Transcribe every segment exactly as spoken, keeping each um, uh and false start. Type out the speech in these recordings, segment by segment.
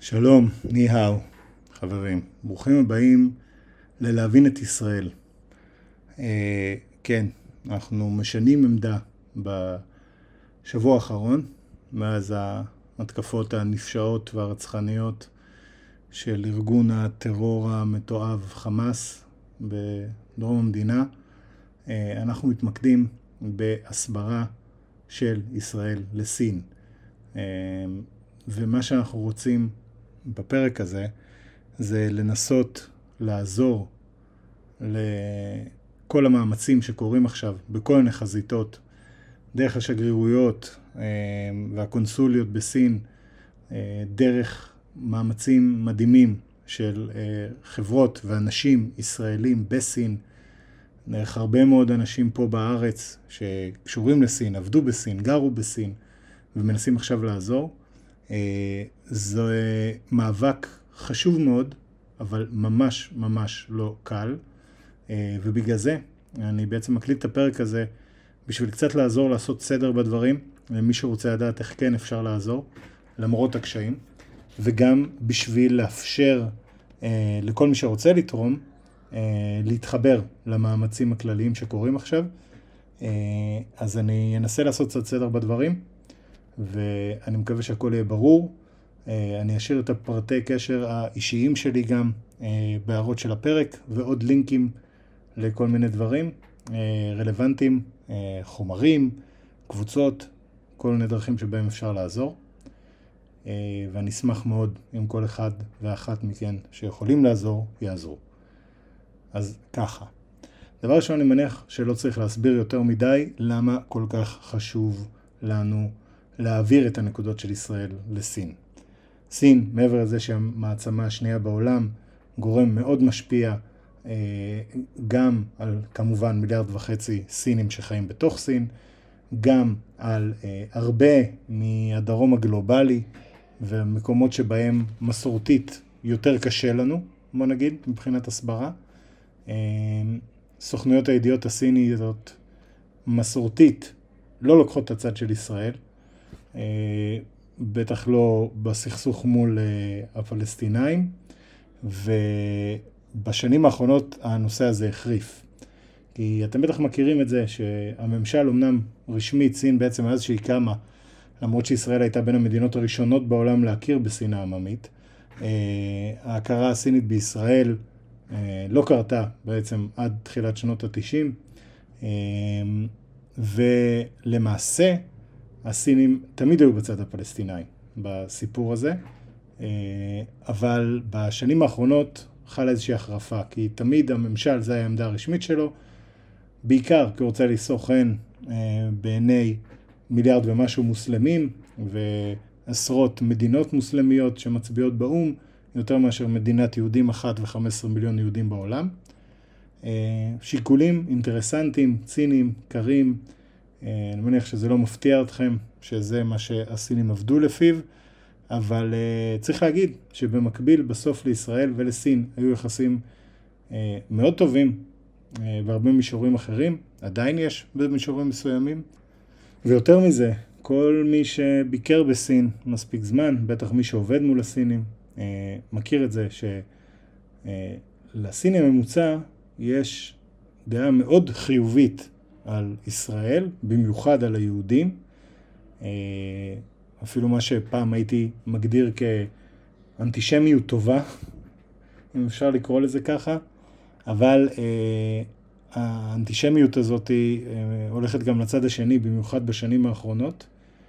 שלום, ניהאו, חברים. ברוכים הבאים ללהבין את ישראל. אה, כן, אנחנו משנים עמדה בשבוע האחרון, מאז ההתקפות הנפשעות והרצחניות של ארגון הטרור המתועב חמאס בדרום המדינה. אה, אנחנו מתמקדים בהסברה של ישראל לסין. אה, ומה שאנחנו רוצים בפרק הזה זה לנסות לעזור לכל המאמצים שקורים עכשיו בכל מיני חזיתות, דרך השגרירויות והקונסוליות בסין, דרך מאמצים מדהימים של חברות ואנשים ישראלים בסין, דרך הרבה מאוד אנשים פה בארץ שקשורים לסין, עבדו בסין, גרו בסין ומנסים עכשיו לעזור. זה מאבק חשוב מאוד, אבל ממש ממש לא קל, ובגלל זה אני בעצם מקליט את הפרק הזה בשביל קצת לעזור לעשות סדר בדברים, למי שרוצה לדעת איך כן אפשר לעזור, למרות הקשיים, וגם בשביל לאפשר לכל מי שרוצה לתרום, להתחבר למאמצים הכלליים שקורים עכשיו. אז אני אנסה לעשות קצת סדר בדברים, ואני מקווה שהכל יהיה ברור. אני אשאיר את הפרטי קשר האישיים שלי גם בהערות של הפרק, ועוד לינקים לכל מיני דברים רלוונטיים, חומרים, קבוצות, כל מיני דרכים שבהם אפשר לעזור. ואני אשמח מאוד אם כל אחד ואחת מכן שיכולים לעזור, יעזרו. אז ככה. דבר ראשון, אני מניח שלא צריך להסביר יותר מדי למה כל כך חשוב לנו להעביר את הנקודות של ישראל לסין. סין, מעבר לזה שהמעצמה השנייה בעולם, גורם מאוד משפיע גם על כמובן מיליארד וחצי סינים שחיים בתוך סין, גם על הרבה מהדרום הגלובלי ומקומות שבהם מסורתית יותר קשה לנו, בוא נגיד, מבחינת הסברה. סוכנויות הידיעות הסיניות מסורתית לא לוקחות את הצד של ישראל, בטח לא בסכסוך מול הפלסטינאים, ובשנים האחרונות הנושא הזה החריף. כי אתם בטח מכירים את זה שהממשל אומנם רשמית, סין בעצם מאז שהיא קמה, למרות שישראל הייתה בין המדינות הראשונות בעולם להכיר בסין העממית, ההכרה הסינית בישראל לא קרתה בעצם עד תחילת שנות ה-תשעים, ולמעשה הסינים תמיד היו בצד הפלסטיני בסיפור הזה, אבל בשנים האחרונות חלה איזושהי החרפה, כי תמיד הממשל, זה היה העמדה הרשמית שלו, בעיקר כי הוא רוצה לסוך חן בעיני מיליארד ומשהו מוסלמים, ועשרות מדינות מוסלמיות שמצביעות באום, יותר מאשר מדינת יהודים אחת ו-חמישה עשר מיליון יהודים בעולם. שיקולים אינטרסנטיים, ציניים, קרים, אני מניח שזה לא מפתיע אתכם, שזה מה שהסינים עבדו לפיו, אבל uh, צריך להגיד שבמקביל בסוף לישראל ולסין היו יחסים uh, מאוד טובים uh, בהרבה מישורים אחרים, עדיין יש במישורים מסוימים, ויותר מזה, כל מי שביקר בסין מספיק זמן, בטח מי שעובד מול הסינים, uh, מכיר את זה שלסין uh, הממוצע יש דעה מאוד חיובית על ישראל, במיוחד על היהודים, אפילו מה שפעם הייתי מגדיר כאנטישמיות טובה, אם אפשר לקרוא לזה ככה, אבל האנטישמיות הזאת הולכת גם לצד השני, במיוחד בשנים האחרונות,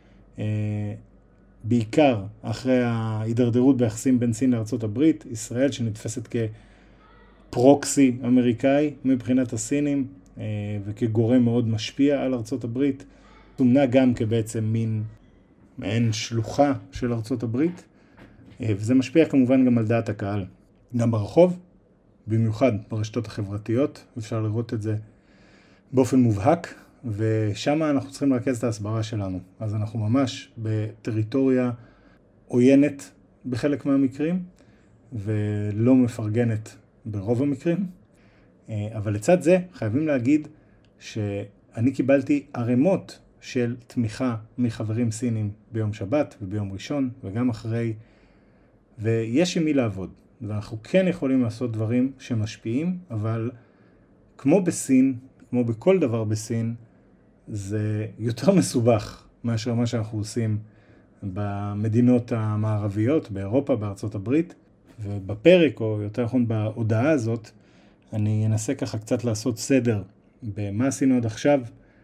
בעיקר אחרי ההידרדרות ביחסים בין סין לארצות הברית, ישראל שנתפסת כפרוקסי אמריקאי מבחינת הסינים, וכגורם מאוד משפיע על ארצות הברית, תומנה גם כבעצם מין מעין שלוחה של ארצות הברית, וזה משפיע כמובן גם על דעת הקהל, גם ברחוב, במיוחד ברשתות החברתיות, אפשר לראות את זה באופן מובהק, ושם אנחנו צריכים לרכז את ההסברה שלנו. אז אנחנו ממש בטריטוריה עוינת בחלק מהמקרים, ולא מפרגנת ברוב המקרים, אבל לצד זה חייבים להגיד שאני קיבלתי ערימות של תמיכה מחברים סינים ביום שבת וביום ראשון, וגם אחרי ויש עם מי לעבוד, ואנחנו כן יכולים לעשות דברים שמשפיעים, אבל כמו בסין, כמו בכל דבר בסין, זה יותר מסובך מאשר מה שאנחנו עושים במדינות המערביות, באירופה, בארצות הברית, ובפרק, או יותר נכון בהודעה הזאת, אני אנסה ככה קצת לעשות סדר במה עשינו עד עכשיו,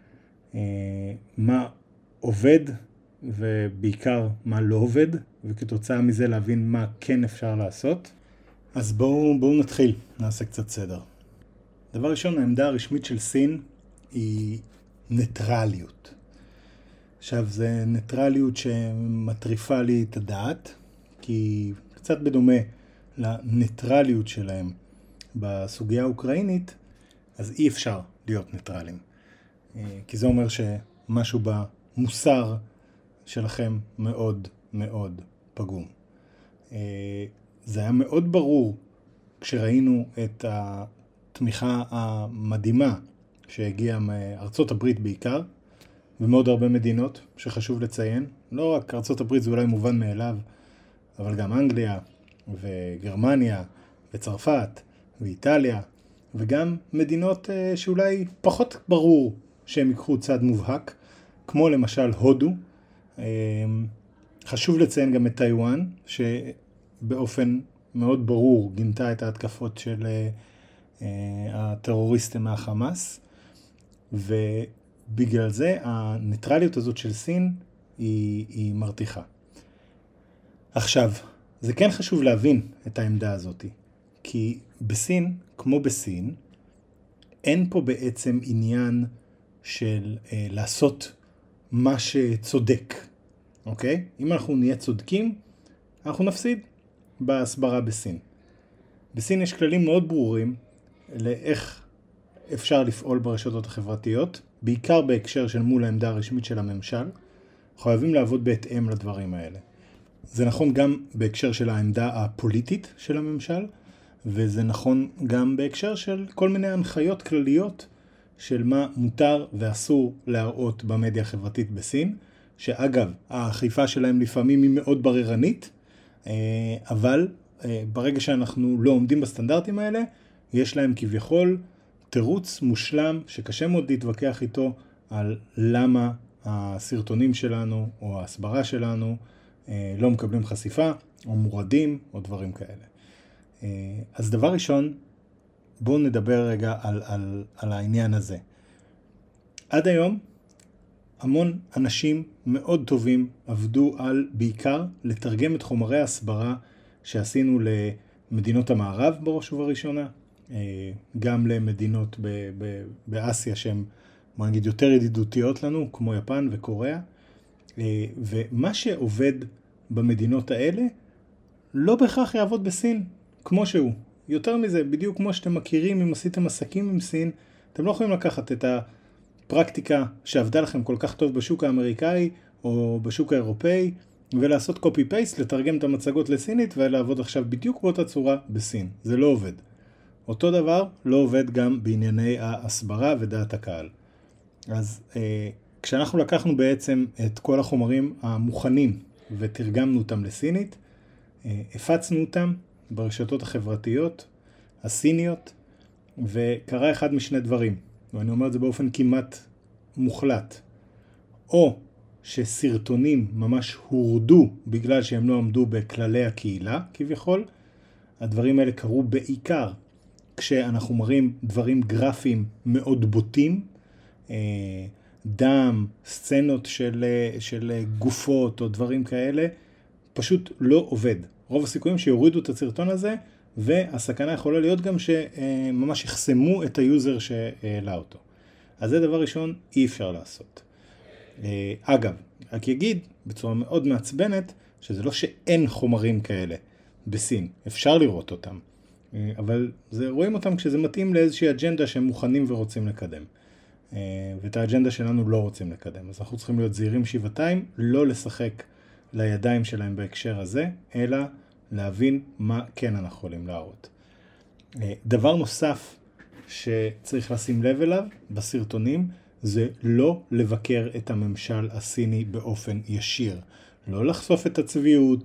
מה עובד ובעיקר מה לא עובד, וכתוצאה מזה להבין מה כן אפשר לעשות. אז בואו, בואו נתחיל, נעשה קצת סדר. דבר ראשון, העמדה הרשמית של סין היא ניטרליות. עכשיו, זה ניטרליות שמטריפה לי את הדעת, כי קצת בדומה לניטרליות שלהם בסוגיה האוקראינית, אז אי אפשר להיות ניטרלים. כי זה אומר שמשהו במוסר שלכם מאוד מאוד פגום. זה היה מאוד ברור כשראינו את התמיכה המדהימה שהגיעה מארצות הברית בעיקר, ומאוד הרבה מדינות שחשוב לציין. לא רק ארצות הברית, זה אולי מובן מאליו, אבל גם אנגליה וגרמניה וצרפת ואיטליה, וגם מדינות שאולי פחות ברור שהם ייקחו צד מובהק, כמו למשל הודו. חשוב לציין גם את טיואן, שבאופן מאוד ברור גינתה את ההתקפות של הטרוריסטים מהחמאס, ובגלל זה הניטרליות הזאת של סין היא, היא מרתיחה. עכשיו, זה כן חשוב להבין את העמדה הזאת, כי בסין, כמו בסין, אין פה בעצם עניין של אה, לעשות מה שצודק, אוקיי? אם אנחנו נהיה צודקים, אנחנו נפסיד בהסברה בסין. בסין יש כללים מאוד ברורים לאיך אפשר לפעול ברשתות החברתיות, בעיקר בהקשר של מול העמדה הרשמית של הממשל. חייבים לעבוד בהתאם לדברים האלה. זה נכון גם בהקשר של העמדה הפוליטית של הממשל, וזה נכון גם בהקשר של כל מיני הנחיות כלליות של מה מותר ואסור להראות במדיה החברתית בסין, שאגב, האכיפה שלהם לפעמים היא מאוד בררנית, אבל ברגע שאנחנו לא עומדים בסטנדרטים האלה, יש להם כביכול תירוץ מושלם שקשה מאוד להתווכח איתו על למה הסרטונים שלנו או ההסברה שלנו לא מקבלים חשיפה או מורדים או דברים כאלה. אז דבר ראשון, בואו נדבר רגע על, על, על העניין הזה. עד היום, המון אנשים מאוד טובים עבדו על בעיקר לתרגם את חומרי ההסברה שעשינו למדינות המערב בראש ובראשונה, גם למדינות ב- ב- באסיה שהן, בוא נגיד, יותר ידידותיות לנו, כמו יפן וקוריאה. ומה שעובד במדינות האלה לא בהכרח יעבוד בסין כמו שהוא. יותר מזה, בדיוק כמו שאתם מכירים, אם עשיתם עסקים עם סין, אתם לא יכולים לקחת את הפרקטיקה שעבדה לכם כל כך טוב בשוק האמריקאי או בשוק האירופאי, ולעשות קופי פייסט, לתרגם את המצגות לסינית ולעבוד עכשיו בדיוק באותה צורה בסין. זה לא עובד. אותו דבר לא עובד גם בענייני ההסברה ודעת הקהל. אז אה, כשאנחנו לקחנו בעצם את כל החומרים המוכנים ותרגמנו אותם לסינית, אה, הפצנו אותם ברשתות החברתיות, הסיניות, וקרה אחד משני דברים, ואני אומר את זה באופן כמעט מוחלט. או שסרטונים ממש הורדו בגלל שהם לא עמדו בכללי הקהילה, כביכול. הדברים האלה קרו בעיקר כשאנחנו מראים דברים גרפיים מאוד בוטים, דם, סצנות של, של גופות או דברים כאלה, פשוט לא עובד. רוב הסיכויים שיורידו את הסרטון הזה, והסכנה יכולה להיות גם שממש יחסמו את היוזר שהעלה אותו. אז זה דבר ראשון, אי אפשר לעשות. אגב, רק יגיד בצורה מאוד מעצבנת, שזה לא שאין חומרים כאלה בסין, אפשר לראות אותם. אבל זה, רואים אותם כשזה מתאים לאיזושהי אג'נדה שהם מוכנים ורוצים לקדם. ואת האג'נדה שלנו לא רוצים לקדם. אז אנחנו צריכים להיות זהירים שבעתיים, לא לשחק לידיים שלהם בהקשר הזה, אלא להבין מה כן אנחנו יכולים להראות. דבר נוסף שצריך לשים לב אליו בסרטונים, זה לא לבקר את הממשל הסיני באופן ישיר. לא לחשוף את הצביעות,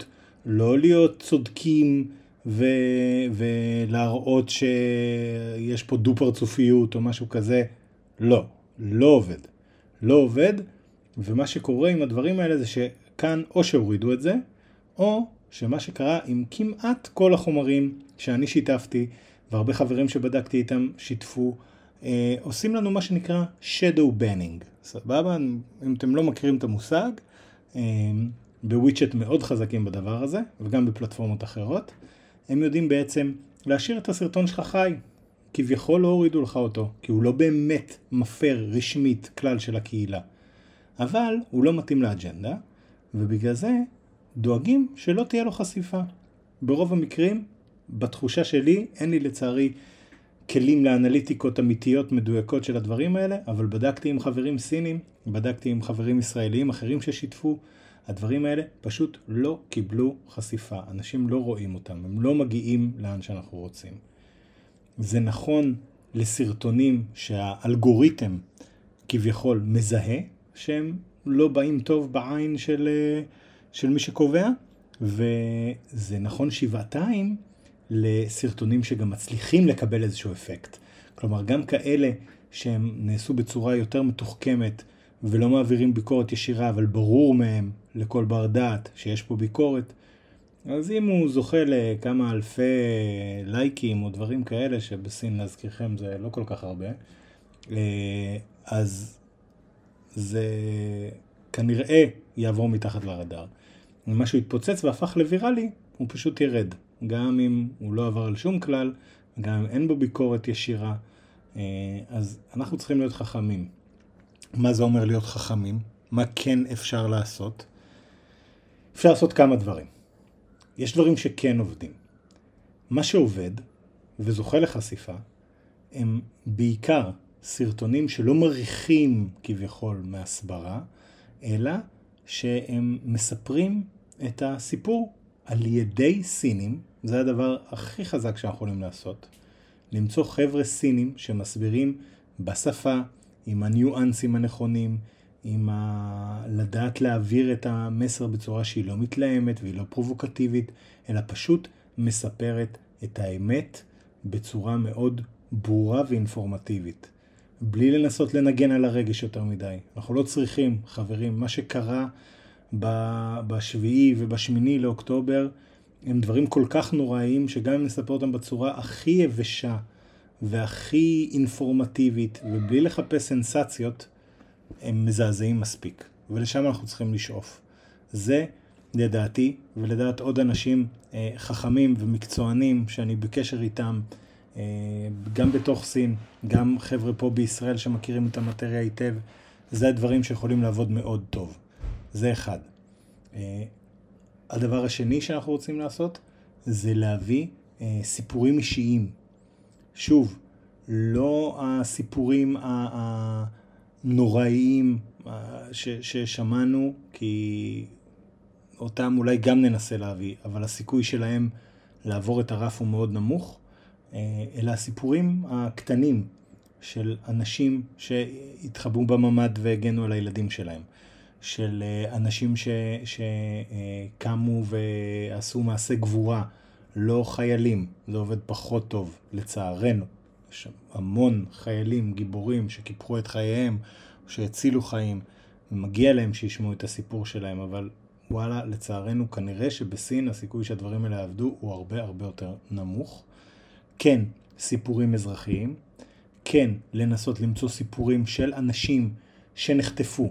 לא להיות צודקים ו... ולהראות שיש פה דו פרצופיות או משהו כזה. לא, לא עובד. לא עובד, ומה שקורה עם הדברים האלה זה שכאן או שהורידו את זה, או שמה שקרה עם כמעט כל החומרים שאני שיתפתי, והרבה חברים שבדקתי איתם שיתפו, אה, עושים לנו מה שנקרא shadow banning. סבבה? אם אתם לא מכירים את המושג, אה, בוויצ'ט מאוד חזקים בדבר הזה, וגם בפלטפורמות אחרות, הם יודעים בעצם להשאיר את הסרטון שלך חי. כביכול לא הורידו לך אותו, כי הוא לא באמת מפר רשמית כלל של הקהילה. אבל הוא לא מתאים לאג'נדה, ובגלל זה דואגים שלא תהיה לו חשיפה. ברוב המקרים, בתחושה שלי, אין לי לצערי כלים לאנליטיקות אמיתיות מדויקות של הדברים האלה, אבל בדקתי עם חברים סינים, בדקתי עם חברים ישראלים אחרים ששיתפו, הדברים האלה פשוט לא קיבלו חשיפה. אנשים לא רואים אותם, הם לא מגיעים לאן שאנחנו רוצים. זה נכון לסרטונים שהאלגוריתם כביכול מזהה, שהם לא באים טוב בעין של, של מי שקובע, וזה נכון שבעתיים לסרטונים שגם מצליחים לקבל איזשהו אפקט. כלומר, גם כאלה שהם נעשו בצורה יותר מתוחכמת, ולא מעבירים ביקורת ישירה, אבל ברור מהם לכל בר דעת שיש פה ביקורת, אז אם הוא זוכה לכמה אלפי לייקים או דברים כאלה, שבסין להזכירכם זה לא כל כך הרבה, אז זה כנראה יעבור מתחת לרדאר. אם משהו יתפוצץ והפך לוויראלי, הוא פשוט ירד. גם אם הוא לא עבר על שום כלל, גם אם אין בו ביקורת ישירה, אז אנחנו צריכים להיות חכמים. מה זה אומר להיות חכמים? מה כן אפשר לעשות? אפשר לעשות כמה דברים. יש דברים שכן עובדים. מה שעובד וזוכה לחשיפה, הם בעיקר סרטונים שלא מריחים כביכול מהסברה, אלא שהם מספרים את הסיפור על ידי סינים. זה הדבר הכי חזק שאנחנו יכולים לעשות. למצוא חבר'ה סינים שמסבירים בשפה, עם הניואנסים הנכונים, עם ה... לדעת להעביר את המסר בצורה שהיא לא מתלהמת והיא לא פרובוקטיבית, אלא פשוט מספרת את האמת בצורה מאוד ברורה ואינפורמטיבית. בלי לנסות לנגן על הרגש יותר מדי. אנחנו לא צריכים, חברים, מה שקרה בשביעי ובשמיני לאוקטובר, הם דברים כל כך נוראיים, שגם אם נספר אותם בצורה הכי יבשה והכי אינפורמטיבית, ובלי לחפש סנסציות, הם מזעזעים מספיק. ולשם אנחנו צריכים לשאוף. זה, לדעתי, ולדעת עוד אנשים אה, חכמים ומקצוענים שאני בקשר איתם, אה, גם בתוך סין, גם חבר'ה פה בישראל שמכירים את המטריה היטב, זה הדברים שיכולים לעבוד מאוד טוב. זה אחד. אה, הדבר השני שאנחנו רוצים לעשות, זה להביא אה, סיפורים אישיים. שוב, לא הסיפורים הנוראיים ששמענו, כי אותם אולי גם ננסה להביא, אבל הסיכוי שלהם לעבור את הרף הוא מאוד נמוך, אלא הסיפורים הקטנים של אנשים שהתחבאו בממד והגנו על הילדים שלהם, של אנשים ש, שקמו ועשו מעשה גבורה, לא חיילים, זה עובד פחות טוב, לצערנו. יש המון חיילים, גיבורים, שקיפחו את חייהם, שהצילו חיים, ומגיע להם שישמעו את הסיפור שלהם, אבל וואלה, לצערנו, כנראה שבסין הסיכוי שהדברים האלה עבדו הוא הרבה הרבה יותר נמוך. כן, סיפורים אזרחיים, כן, לנסות למצוא סיפורים של אנשים שנחטפו,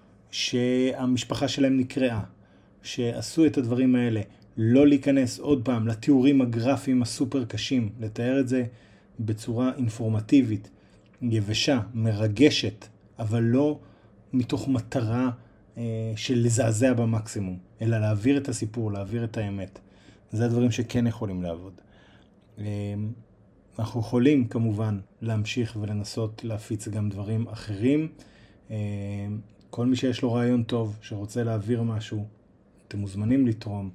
שהמשפחה שלהם נקראה, שעשו את הדברים האלה, לא להיכנס עוד פעם לתיאורים הגרפיים הסופר קשים, לתאר את זה בצורה אינפורמטיבית, יבשה, מרגשת, אבל לא מתוך מטרה אה, של לזעזע במקסימום, אלא להעביר את הסיפור, להעביר את האמת. זה הדברים שכן יכולים לעבוד. אה, אנחנו יכולים כמובן להמשיך ולנסות להפיץ גם דברים אחרים. אה, כל מי שיש לו רעיון טוב, שרוצה להעביר משהו, אתם מוזמנים לתרום.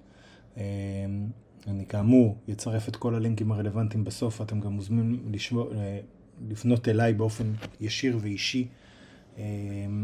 אני כאמור יצרף את כל הלינקים הרלוונטיים בסוף, אתם גם מוזמנים לשמוע, לפנות אליי באופן ישיר ואישי,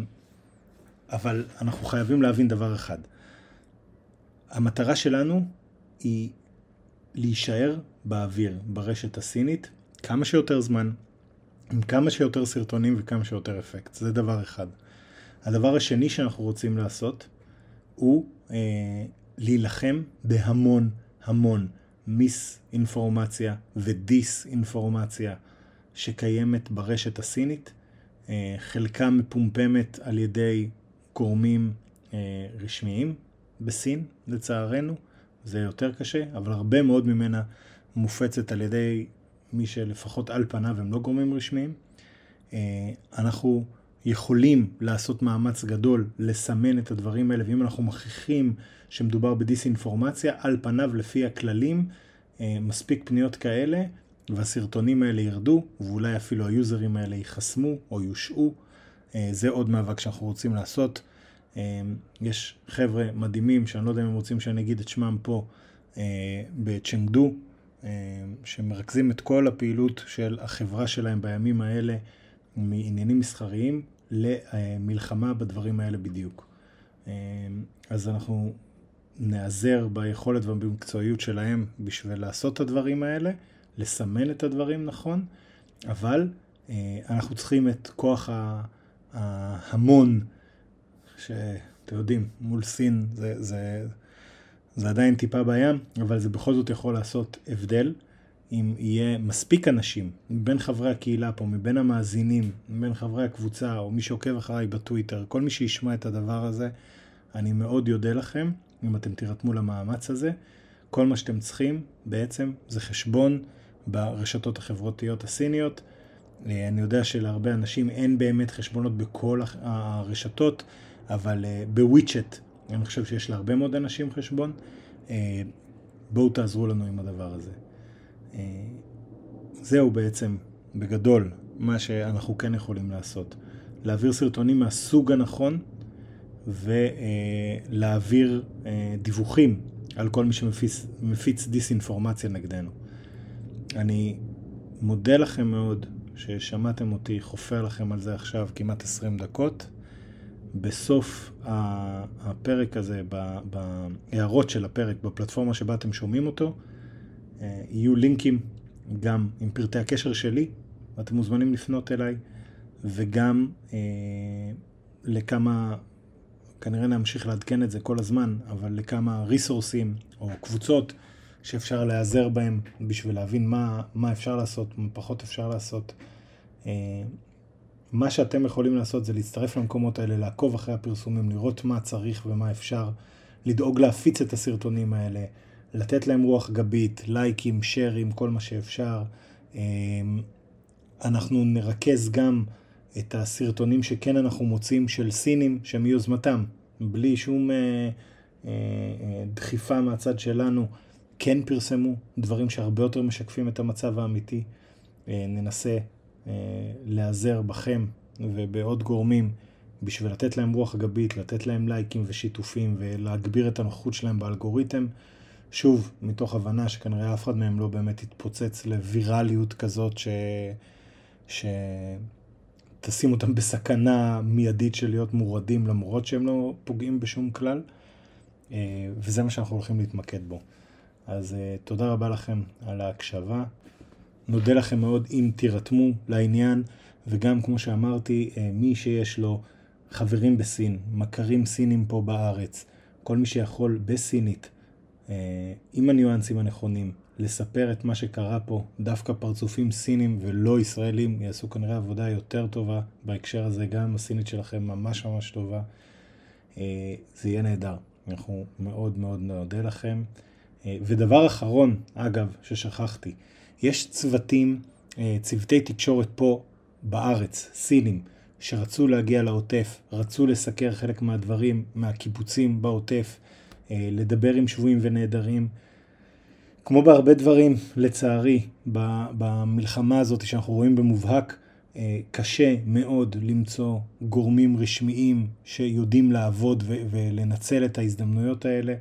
אבל אנחנו חייבים להבין דבר אחד. המטרה שלנו היא להישאר באוויר, ברשת הסינית, כמה שיותר זמן, עם כמה שיותר סרטונים וכמה שיותר אפקט. זה דבר אחד. הדבר השני שאנחנו רוצים לעשות, הוא אה, להילחם בהמון המון מיס אינפורמציה ודיס אינפורמציה שקיימת ברשת הסינית, אה, חלקה מפומפמת על ידי גורמים אה, רשמיים בסין, לצערנו, זה יותר קשה, אבל הרבה מאוד ממנה מופצת על ידי מי שלפחות על פניו הם לא גורמים רשמיים. אה, אנחנו יכולים לעשות מאמץ גדול לסמן את הדברים האלה, ואם אנחנו מכריחים שמדובר בדיסאינפורמציה, על פניו לפי הכללים, מספיק פניות כאלה, והסרטונים האלה ירדו, ואולי אפילו היוזרים האלה ייחסמו או יושעו. זה עוד מאבק שאנחנו רוצים לעשות. יש חבר'ה מדהימים, שאני לא יודע אם הם רוצים שאני אגיד את שמם פה, בצ'נגדו, שמרכזים את כל הפעילות של החברה שלהם בימים האלה, מעניינים מסחריים למלחמה בדברים האלה בדיוק. אז אנחנו נעזר ביכולת ובמקצועיות שלהם בשביל לעשות את הדברים האלה, לסמן את הדברים נכון, אבל אנחנו צריכים את כוח ההמון, שאתם יודעים, מול סין זה, זה, זה עדיין טיפה בים, אבל זה בכל זאת יכול לעשות הבדל. אם יהיה מספיק אנשים, מבין חברי הקהילה פה, מבין המאזינים, מבין חברי הקבוצה, או מי שעוקב אחריי בטוויטר, כל מי שישמע את הדבר הזה, אני מאוד יודע לכם, אם אתם תירתמו למאמץ הזה. כל מה שאתם צריכים בעצם זה חשבון ברשתות החברתיות הסיניות. אני יודע שלהרבה אנשים אין באמת חשבונות בכל הרשתות, אבל בוויצ'ט אני חושב שיש להרבה מאוד אנשים חשבון. בואו תעזרו לנו עם הדבר הזה. זהו בעצם בגדול מה שאנחנו כן יכולים לעשות. להעביר סרטונים מהסוג הנכון ולהעביר דיווחים על כל מי שמפיץ דיסאינפורמציה נגדנו. אני מודה לכם מאוד ששמעתם אותי, חופר לכם על זה עכשיו כמעט עשרים דקות. בסוף הפרק הזה, בהערות של הפרק, בפלטפורמה שבה אתם שומעים אותו, יהיו לינקים גם עם פרטי הקשר שלי, אתם מוזמנים לפנות אליי, וגם אה, לכמה, כנראה נמשיך לעדכן את זה כל הזמן, אבל לכמה ריסורסים או קבוצות שאפשר להיעזר בהם בשביל להבין מה, מה אפשר לעשות, מה פחות אפשר לעשות. אה, מה שאתם יכולים לעשות זה להצטרף למקומות האלה, לעקוב אחרי הפרסומים, לראות מה צריך ומה אפשר, לדאוג להפיץ את הסרטונים האלה, לתת להם רוח גבית, לייקים, שרים, כל מה שאפשר. אנחנו נרכז גם את הסרטונים שכן אנחנו מוצאים של סינים שהם מיוזמתם, בלי שום דחיפה מהצד שלנו, כן פרסמו דברים שהרבה יותר משקפים את המצב האמיתי. ננסה לעזר בכם ובעוד גורמים בשביל לתת להם רוח גבית, לתת להם לייקים ושיתופים ולהגביר את הנוכחות שלהם באלגוריתם. שוב, מתוך הבנה שכנראה אף אחד מהם לא באמת יתפוצץ לווירליות כזאת ש... שתשים אותם בסכנה מיידית של להיות מורדים למרות שהם לא פוגעים בשום כלל. וזה מה שאנחנו הולכים להתמקד בו. אז תודה רבה לכם על ההקשבה. נודה לכם מאוד אם תירתמו לעניין, וגם כמו שאמרתי, מי שיש לו חברים בסין, מכרים סינים פה בארץ, כל מי שיכול בסינית, עם הניואנסים הנכונים, לספר את מה שקרה פה, דווקא פרצופים סינים ולא ישראלים, יעשו כנראה עבודה יותר טובה בהקשר הזה, גם הסינית שלכם ממש ממש טובה. זה יהיה נהדר. אנחנו מאוד מאוד נודה לכם. ודבר אחרון, אגב, ששכחתי, יש צוותים, צוותי תקשורת פה בארץ, סינים, שרצו להגיע לעוטף, רצו לסקר חלק מהדברים, מהקיבוצים בעוטף, לדבר עם שבויים ונהדרים. כמו בהרבה דברים, לצערי, במלחמה הזאת שאנחנו רואים במובהק, קשה מאוד למצוא גורמים רשמיים שיודעים לעבוד ולנצל את ההזדמנויות האלה.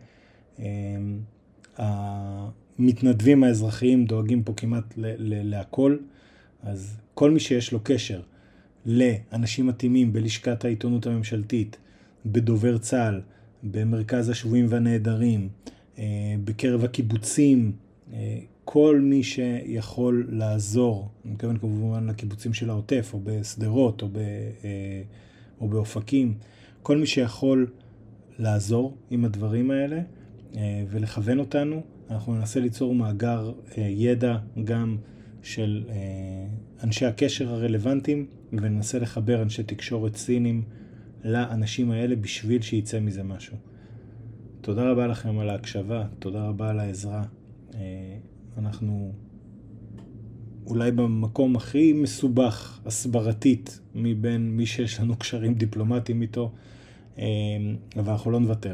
המתנדבים האזרחיים דואגים פה כמעט להכל, אז כל מי שיש לו קשר לאנשים מתאימים בלשכת העיתונות הממשלתית, בדובר צה"ל, במרכז השבויים והנהדרים, בקרב הקיבוצים, כל מי שיכול לעזור, אני מתכוון כמובן לקיבוצים של העוטף, או בסדרות, או, ב, או באופקים, כל מי שיכול לעזור עם הדברים האלה ולכוון אותנו. אנחנו ננסה ליצור מאגר ידע גם של אנשי הקשר הרלוונטיים, וננסה לחבר אנשי תקשורת סינים לאנשים האלה בשביל שיצא מזה משהו. תודה רבה לכם על ההקשבה, תודה רבה על העזרה. אנחנו אולי במקום הכי מסובך הסברתית מבין מי שיש לנו קשרים דיפלומטיים איתו, אבל אנחנו לא נוותר.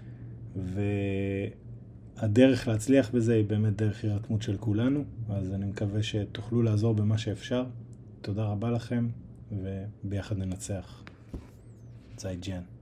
והדרך להצליח בזה היא באמת דרך הירתמות של כולנו, אז אני מקווה שתוכלו לעזור במה שאפשר. תודה רבה לכם, וביחד ננצח. זייג'יאן.